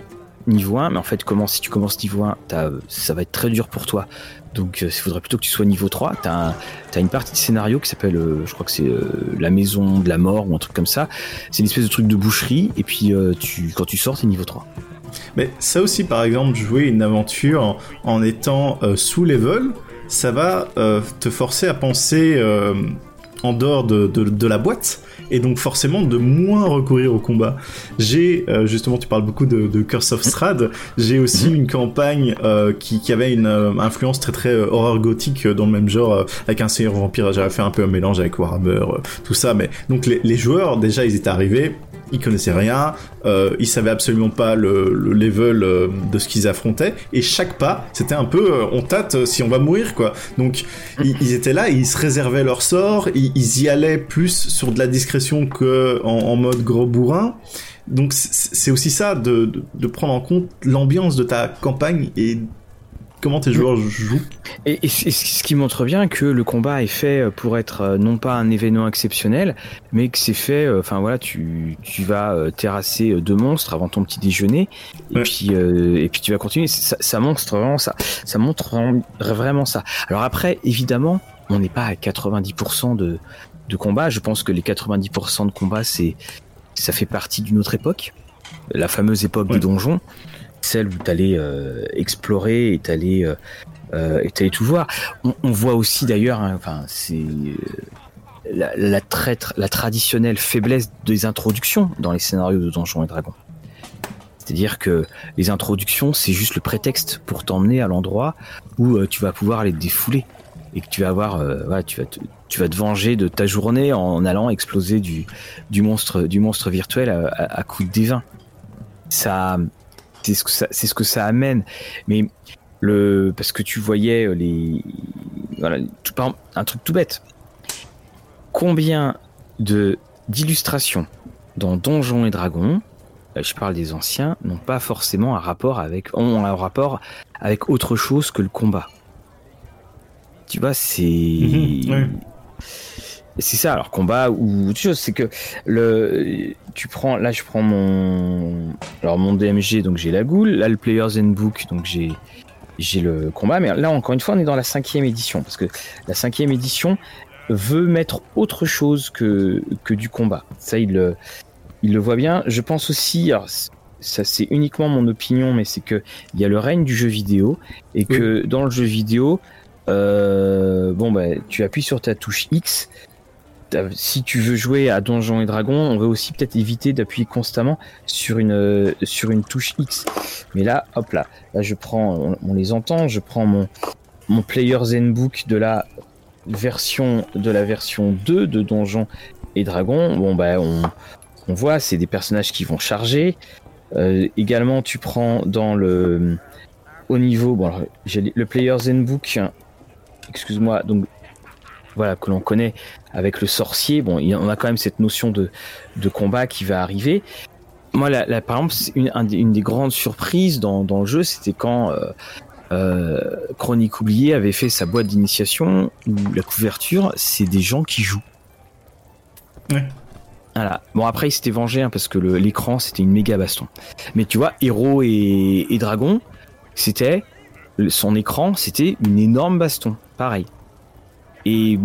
niveau un, mais en fait, comment si tu commences niveau un, t'as, ça va être très dur pour toi. Donc, il faudrait plutôt que tu sois niveau trois. T'as, un, t'as une partie de scénario qui s'appelle, euh, je crois que c'est euh, la maison de la mort ou un truc comme ça. C'est une espèce de truc de boucherie, et puis euh, tu, quand tu sors, t'es niveau trois. Mais ça aussi, par exemple, jouer une aventure en, en étant euh, sous level, ça va euh, te forcer à penser euh, en dehors de, de, de la boîte, et donc forcément de moins recourir au combat. J'ai, euh, justement, tu parles beaucoup de, de Curse of Strahd, j'ai aussi une campagne euh, qui, qui avait une euh, influence très très euh, horreur gothique euh, dans le même genre, euh, avec un seigneur vampire. J'avais fait un peu un mélange avec Warhammer, euh, tout ça, mais donc les, les joueurs, déjà, ils étaient arrivés, ils connaissaient rien, euh, ils savaient absolument pas le, le level euh, de ce qu'ils affrontaient, et chaque pas, c'était un peu, euh, on tâte euh, si on va mourir, quoi. Donc, ils, ils étaient là, et ils se réservaient leur sort, ils, ils y allaient plus sur de la discrétion que en, en mode gros bourrin. Donc, c'est, c'est aussi ça, de, de, de prendre en compte l'ambiance de ta campagne et comment tes joueurs jouent. Et, et ce qui montre bien que le combat est fait pour être non pas un événement exceptionnel, mais que c'est fait, enfin voilà, tu, tu vas terrasser deux monstres avant ton petit déjeuner, et, ouais. puis, euh, et puis tu vas continuer. Ça, ça montre vraiment ça. Ça montre vraiment ça. Alors après, évidemment, on n'est pas à quatre-vingt-dix pour cent de, de combat. Je pense que les quatre-vingt-dix pour cent de combat, c'est, ça fait partie d'une autre époque, la fameuse époque ouais. des donjons. Celle où t'allais euh, explorer et t'allais euh, euh, et t'allais tout voir. On, on voit aussi d'ailleurs, hein, enfin c'est euh, la, la, traître, la traditionnelle faiblesse des introductions dans les scénarios de Donjons et Dragons. C'est-à-dire que les introductions, c'est juste le prétexte pour t'emmener à l'endroit où euh, tu vas pouvoir aller te défouler et que tu vas avoir, euh, voilà, tu vas te, tu vas te venger de ta journée en allant exploser du du monstre du monstre virtuel à, à, à coups de dévin. Ça C'est ce que ça, c'est ce que ça amène, mais le parce que tu voyais les voilà tout, par exemple, un truc tout bête. Combien de d'illustrations dans Donjons et Dragons, je parle des anciens, n'ont pas forcément un rapport avec ont un rapport avec autre chose que le combat. Tu vois, c'est mmh, oui. C'est ça, alors combat ou autre chose, c'est que le, tu prends, là je prends mon, alors mon D M G, donc j'ai la goule, là le Player's Handbook, donc j'ai, j'ai le combat, mais là encore une fois on est dans la cinquième édition, parce que la cinquième édition veut mettre autre chose que, que du combat. Ça il le, il le voit bien. Je pense aussi, alors ça c'est uniquement mon opinion, mais c'est que il y a le règne du jeu vidéo, et que oui. dans le jeu vidéo, euh, bon bah tu appuies sur ta touche X. Si tu veux jouer à Donjons et Dragons, on va aussi peut-être éviter d'appuyer constamment sur une sur une touche X. Mais là, hop là, là je prends, on, on les entend, je prends mon mon Player's Handbook de la version de la version deux de Donjons et Dragons. Bon bah on on voit, c'est des personnages qui vont charger. Euh, également, tu prends dans le au niveau, bon, alors, j'ai le Player's Handbook. Excuse-moi, donc. Voilà, que l'on connaît avec le sorcier. Bon, on a quand même cette notion de, de combat qui va arriver. Moi, là, là par exemple, c'est une, une des grandes surprises dans, dans le jeu, c'était quand euh, euh, Chronique Oubliée avait fait sa boîte d'initiation où la couverture, c'est des gens qui jouent. Ouais. Voilà. Bon, après, il s'était vengé hein, parce que le, l'écran, c'était une méga baston. Mais tu vois, Héros et, et Dragon, c'était son écran, c'était une énorme baston. Pareil. Et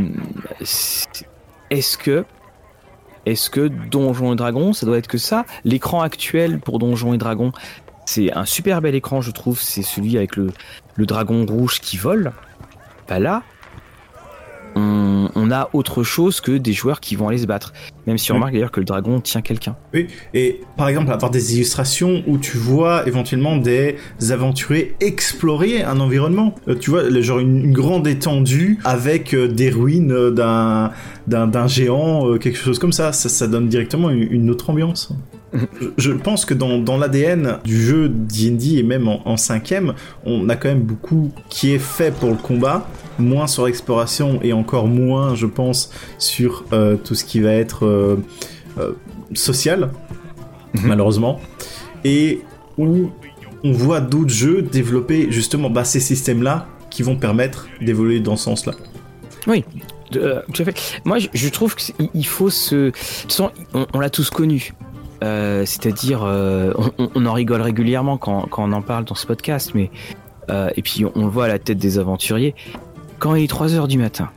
est-ce que, est-ce que Donjons et Dragons, ça doit être que ça ? L'écran actuel pour Donjons et Dragons, c'est un super bel écran, je trouve. C'est celui avec le, le dragon rouge qui vole. Bah là, on, on a autre chose que des joueurs qui vont aller se battre. Même si on oui. remarque d'ailleurs que le dragon tient quelqu'un. Oui, et par exemple, avoir des illustrations où tu vois éventuellement des aventuriers explorer un environnement. Euh, tu vois, genre une, une grande étendue avec euh, des ruines euh, d'un, d'un, d'un géant, euh, quelque chose comme ça. Ça, ça donne directement une, une autre ambiance. je, je pense que dans, dans l'A D N du jeu D and D et même en, en cinquième, on a quand même beaucoup qui est fait pour le combat, moins sur l'exploration et encore moins, je pense, sur euh, tout ce qui va être euh, euh, social, mmh. malheureusement, et où on voit d'autres jeux développer justement bah, ces systèmes-là qui vont permettre d'évoluer dans ce sens-là. Oui. Euh, tout à fait. Moi, je, je trouve qu'il faut se. De toute façon, on, on l'a tous connu. Euh, c'est-à-dire, euh, on, on en rigole régulièrement quand, quand on en parle dans ce podcast, mais euh, et puis on, on le voit à la tête des aventuriers. Quand il est trois heures du matin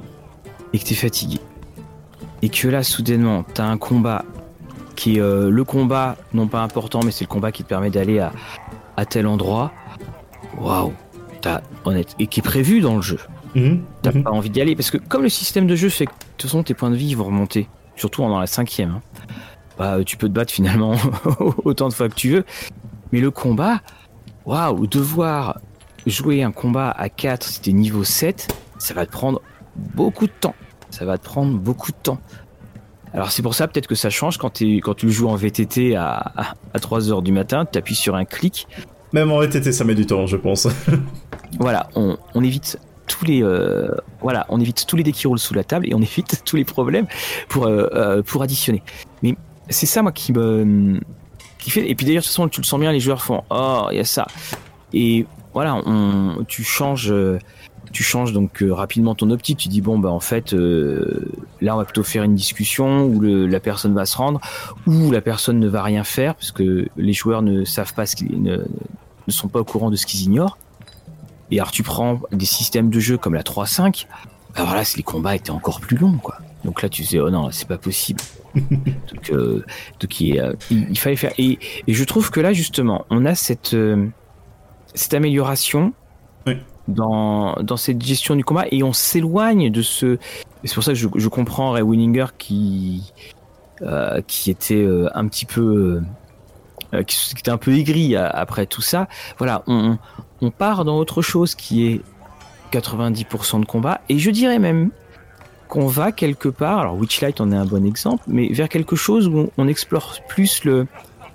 et que t'es fatigué et que là soudainement t'as un combat qui est euh, le combat non pas important, mais c'est le combat qui te permet d'aller à, à tel endroit. Waouh, t'as honnête et qui est prévu dans le jeu. Mmh, t'as mmh. pas envie d'y aller parce que comme le système de jeu fait que de toute façon tes points de vie vont remonter, surtout dans la cinquième. Hein. Bah, tu peux te battre finalement autant de fois que tu veux. Mais le combat, waouh, devoir jouer un combat à quatre si t'es niveau sept, ça va te prendre beaucoup de temps. Ça va te prendre beaucoup de temps. Alors c'est pour ça peut-être que ça change quand, t'es, quand tu le joues en V T T à, à, à trois heures du matin, tu appuies sur un clic. Même en V T T ça met du temps, je pense. Voilà, on, on évite tous les euh, voilà, on évite tous les dés qui roulent sous la table et on évite tous les problèmes pour, euh, euh, pour additionner. Mais c'est ça moi qui me qui fait et puis d'ailleurs de toute façon tu le sens bien, les joueurs font oh il y a ça et voilà on tu changes tu changes donc euh, rapidement ton optique, tu dis bon bah en fait euh, là on va plutôt faire une discussion où le, la personne va se rendre ou la personne ne va rien faire parce que les joueurs ne savent pas ce qu'ils ne, ne sont pas au courant de ce qu'ils ignorent. Et alors tu prends des systèmes de jeu comme la trois cinq, alors là les combats étaient encore plus longs quoi. Donc là tu sais oh non c'est pas possible. donc, euh, donc il, euh, il, il fallait faire et, et je trouve que là justement on a cette euh, cette amélioration oui. dans dans cette gestion du combat et on s'éloigne de ce et c'est pour ça que je, je comprends Ray Winninger qui euh, qui était euh, un petit peu euh, qui, qui était un peu aigri à, après tout ça. Voilà on on part dans autre chose qui est quatre-vingt-dix pour cent de combat et je dirais même qu'on va quelque part, alors Witchlight en est un bon exemple, mais vers quelque chose où on explore plus le,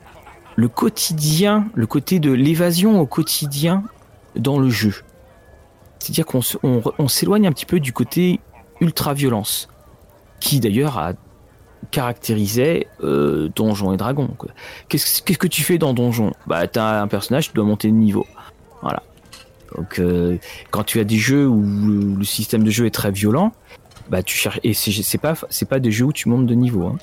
le quotidien, le côté de l'évasion au quotidien dans le jeu. C'est-à-dire qu'on se, on, on s'éloigne un petit peu du côté ultra-violence, qui d'ailleurs a caractérisé euh, Donjons et Dragons. Quoi. Qu'est-ce, qu'est-ce que tu fais dans Donjon ? Bah, t'as un personnage, tu dois monter de niveau. Voilà. Donc, euh, quand tu as des jeux où le, le système de jeu est très violent, bah tu cherches et c'est, c'est pas c'est pas des jeux où tu montes de niveau. Hein.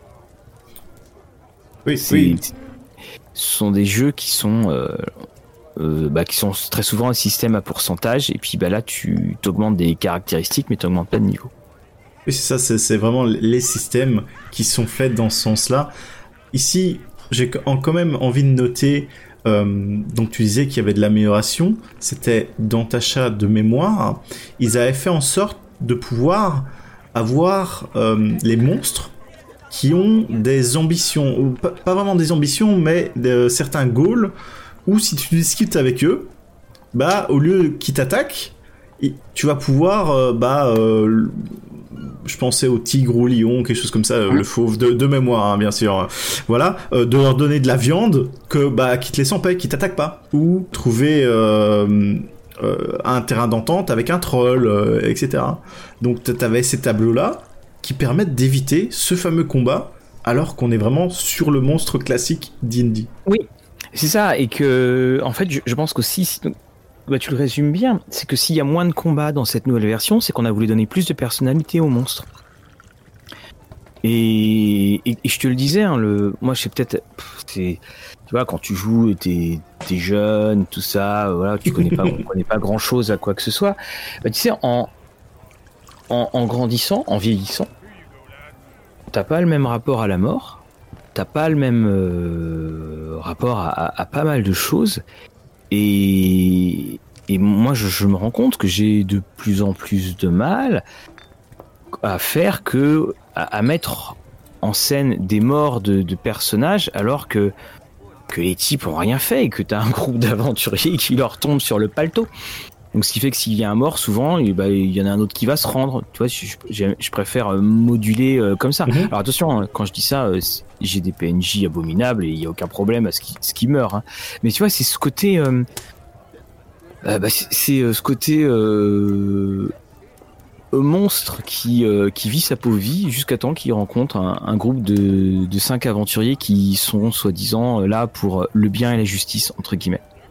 Oui, c'est, oui. Ce sont des jeux qui sont euh, euh, bah, qui sont très souvent un système à pourcentage et puis bah là tu t'augmentes des caractéristiques mais tu augmentes pas de niveau. Oui, c'est ça, c'est, c'est vraiment les systèmes qui sont faits dans ce sens-là. Ici, j'ai quand même envie de noter. Euh, donc tu disais qu'il y avait de l'amélioration. C'était dans Tasha de mémoire. Ils avaient fait en sorte de pouvoir avoir euh, les monstres qui ont des ambitions, ou pas, pas vraiment des ambitions, mais de, certains goals, où si tu discutes avec eux, bah au lieu qu'ils t'attaquent, tu vas pouvoir, euh, bah, euh, je pensais au tigre ou au lion, quelque chose comme ça, mmh. le fauve, de, de mémoire, hein, bien sûr, voilà, euh, de leur donner de la viande, que bah qui te laisse en paix, qui t'attaque pas, ou trouver euh, Euh, un terrain d'entente avec un troll, euh, et cetera. Donc t'avais ces tableaux-là qui permettent d'éviter ce fameux combat alors qu'on est vraiment sur le monstre classique D and D. Oui, c'est ça, et que en fait je, je pense qu'aussi, bah, tu le résumes bien, c'est que s'il y a moins de combats dans cette nouvelle version, c'est qu'on a voulu donner plus de personnalité aux monstres. Et, et, et je te le disais, hein, le, moi je sais peut-être, pff, c'est, tu vois, quand tu joues, t'es, t'es jeune, tout ça, voilà, tu connais pas, on connaît pas grand chose à quoi que ce soit. Bah, tu sais, en, en, en grandissant, en vieillissant, t'as pas le même rapport à la mort, t'as pas le même euh, rapport à, à, à pas mal de choses. Et, et moi, je, je me rends compte que j'ai de plus en plus de mal à faire que à, à mettre en scène des morts de, de personnages alors que que les types ont rien fait et que t'as un groupe d'aventuriers qui leur tombe sur le paletot. Donc ce qui fait que s'il y a un mort, souvent il bah, y en a un autre qui va se rendre. Tu vois, je, je, je préfère moduler euh, comme ça. Mm-hmm. Alors attention, hein, quand je dis ça, euh, j'ai des P N J abominables et il y a aucun problème à ce qui ce qui meurt. Hein. Mais tu vois, c'est ce côté, euh, euh, bah, c'est, c'est euh, ce côté. Euh, monstre qui euh, qui vit sa pauvre vie jusqu'à temps qu'il rencontre un, un groupe de de cinq aventuriers qui sont soi-disant là pour le bien et la justice entre guillemets.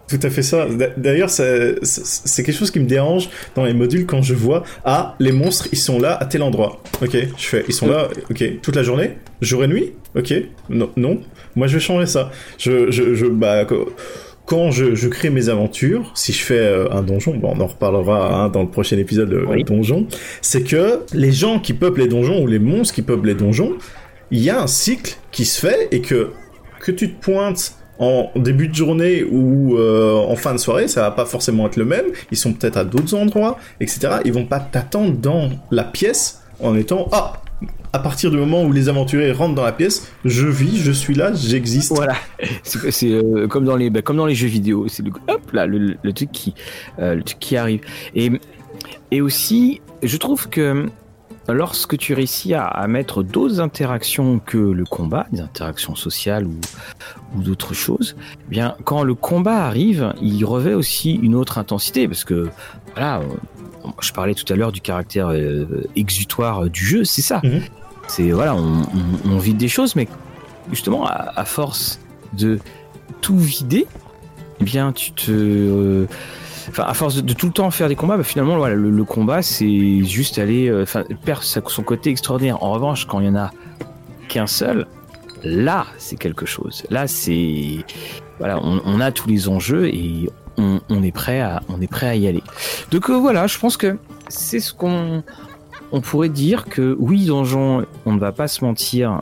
tout à fait ça. D'ailleurs, c'est, c'est quelque chose qui me dérange dans les modules quand je vois ah les monstres ils sont là à tel endroit. Ok, je fais ils sont là. Ok, toute la journée, jour et nuit. Ok, non, non. Moi je vais changer ça. Je, je, je bah quand je, je crée mes aventures, si je fais un donjon, bon, on en reparlera hein, dans le prochain épisode de oui. donjon, c'est que les gens qui peuplent les donjons ou les monstres qui peuplent les donjons, il y a un cycle qui se fait et que que tu te pointes en début de journée ou euh, en fin de soirée, ça va pas forcément être le même. Ils sont peut-être à d'autres endroits, et cetera. Ils vont pas t'attendre dans la pièce en étant ah. À partir du moment où les aventuriers rentrent dans la pièce, je vis, je suis là, j'existe. Voilà, c'est, c'est euh, comme dans les, bah, comme dans les jeux vidéo, c'est le, hop là, le, le truc qui, euh, le truc qui arrive. Et et aussi, je trouve que lorsque tu réussis à, à mettre d'autres interactions que le combat, des interactions sociales ou, ou d'autres choses, eh bien quand le combat arrive, il revêt aussi une autre intensité parce que voilà, je parlais tout à l'heure du caractère euh, exutoire du jeu, c'est ça. Mmh. C'est voilà, on, on, on vide des choses, mais justement à, à force de tout vider, eh bien tu te euh, Enfin, à force de, de tout le temps faire des combats, bah finalement, voilà, le, le combat, c'est juste aller, enfin, euh, perdre son côté extraordinaire. En revanche, quand il y en a qu'un seul, là, c'est quelque chose. Là, c'est, voilà, on, on a tous les enjeux et on, on est prêt à, on est prêt à y aller. Donc euh, voilà, je pense que c'est ce qu'on, on pourrait dire que oui, Donjon, on ne va pas se mentir,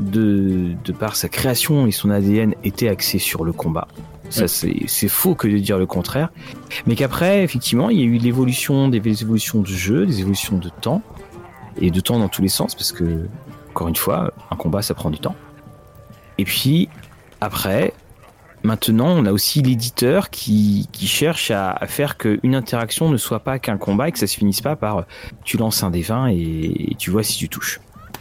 de, de par sa création et son A D N était axé sur le combat. Ça, c'est, c'est faux que de dire le contraire. Mais qu'après, effectivement, il y a eu l'évolution, des évolutions de jeu, des évolutions de temps. Et de temps dans tous les sens, parce que, encore une fois, un combat, ça prend du temps. Et puis, après, maintenant, on a aussi l'éditeur qui, qui cherche à, à faire qu'une interaction ne soit pas qu'un combat et que ça se finisse pas par tu lances un dé vingt et, et tu vois si tu touches.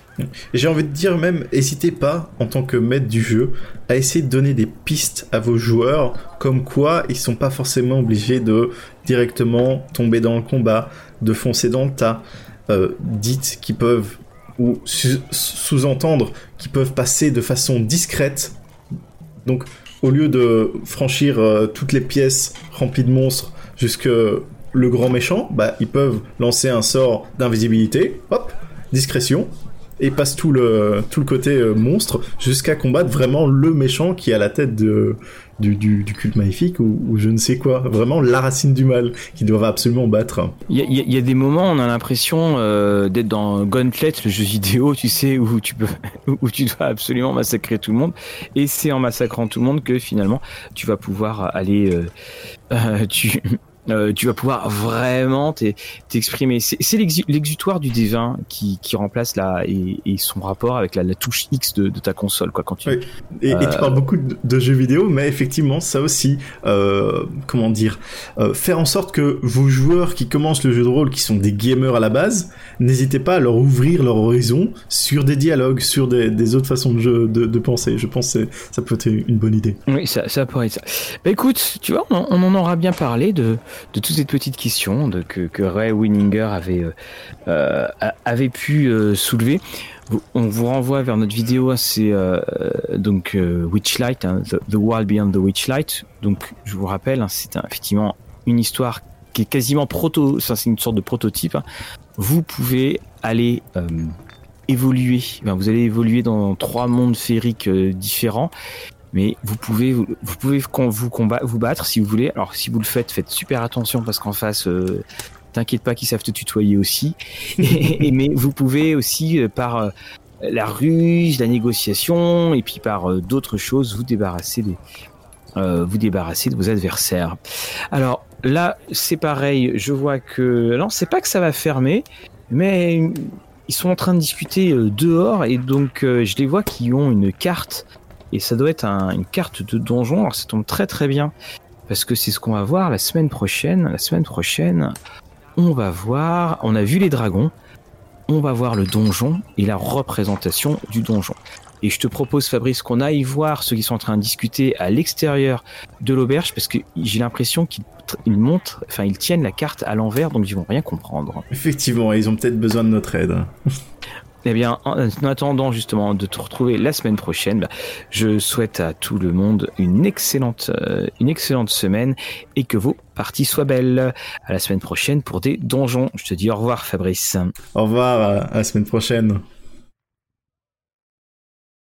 Et j'ai envie de dire même, n'hésitez pas, en tant que maître du jeu, à essayer de donner des pistes à vos joueurs, comme quoi ils sont pas forcément obligés de directement tomber dans le combat, de foncer dans le tas. Euh, dites qu'ils peuvent, ou su- sous-entendre qu'ils peuvent passer de façon discrète. Donc, au lieu de franchir euh, toutes les pièces remplies de monstres jusque le grand méchant, bah, ils peuvent lancer un sort d'invisibilité, hop, discrétion, et passe tout le tout le côté euh, monstre jusqu'à combattre vraiment le méchant qui est à la tête de du du, du culte maléfique ou, ou je ne sais quoi, vraiment la racine du mal qu'ils doivent absolument battre. Il y a, il y a des moments où on a l'impression euh, d'être dans Gauntlet, le jeu vidéo, tu sais, où tu peux où tu dois absolument massacrer tout le monde, et c'est en massacrant tout le monde que finalement tu vas pouvoir aller euh, euh, tu Euh, tu vas pouvoir vraiment t'exprimer. C'est, c'est l'exu- l'exutoire du D vingt qui, qui remplace la et, et son rapport avec la, la touche X de, de ta console, quoi. Quand tu oui. et, euh... et tu parles beaucoup de, de jeux vidéo, mais effectivement, ça aussi, euh, comment dire, euh, faire en sorte que vos joueurs qui commencent le jeu de rôle, qui sont des gamers à la base, n'hésitez pas à leur ouvrir leur horizon sur des dialogues, sur des, des autres façons de, jeu, de, de penser. Je pense que ça peut être une bonne idée. Oui, ça, ça pourrait être ça. Bah écoute, tu vois, on, on en aura bien parlé de de toutes ces petites questions de, que, que Ray Winninger avait, euh, avait pu euh, soulever. On vous renvoie vers notre vidéo, c'est euh, donc euh, Witchlight, hein, the, the World Beyond the Witchlight. Donc je vous rappelle, hein, c'est un, effectivement une histoire qui est quasiment proto, ça c'est une sorte de prototype. Hein. Vous pouvez aller euh, évoluer, enfin, vous allez évoluer dans trois mondes féeriques euh, différents. Mais vous pouvez, vous, vous pouvez vous combattre, vous battre si vous voulez. Alors si vous le faites, faites super attention parce qu'en face, euh, t'inquiète pas qu'ils savent te tutoyer aussi. et, et, mais vous pouvez aussi euh, par euh, la ruse, la négociation et puis par euh, d'autres choses vous débarrasser des, euh, vous débarrasser de vos adversaires. Alors là, c'est pareil. Je vois que non, c'est pas que ça va fermer, mais ils sont en train de discuter euh, dehors et donc euh, je les vois qui ont une carte. Et ça doit être un, une carte de donjon. Alors ça tombe très très bien parce que c'est ce qu'on va voir la semaine prochaine. La semaine prochaine, on va voir. On a vu les dragons. On va voir le donjon et la représentation du donjon. Et je te propose, Fabrice, qu'on aille voir ceux qui sont en train de discuter à l'extérieur de l'auberge parce que j'ai l'impression qu'ils ils montrent, enfin ils tiennent la carte à l'envers, donc ils vont rien comprendre. Effectivement, ils ont peut-être besoin de notre aide. Eh bien, en attendant justement de te retrouver la semaine prochaine, bah, je souhaite à tout le monde une excellente, euh, une excellente semaine et que vos parties soient belles. À la semaine prochaine pour des donjons. Je te dis au revoir, Fabrice. Au revoir, à la semaine prochaine.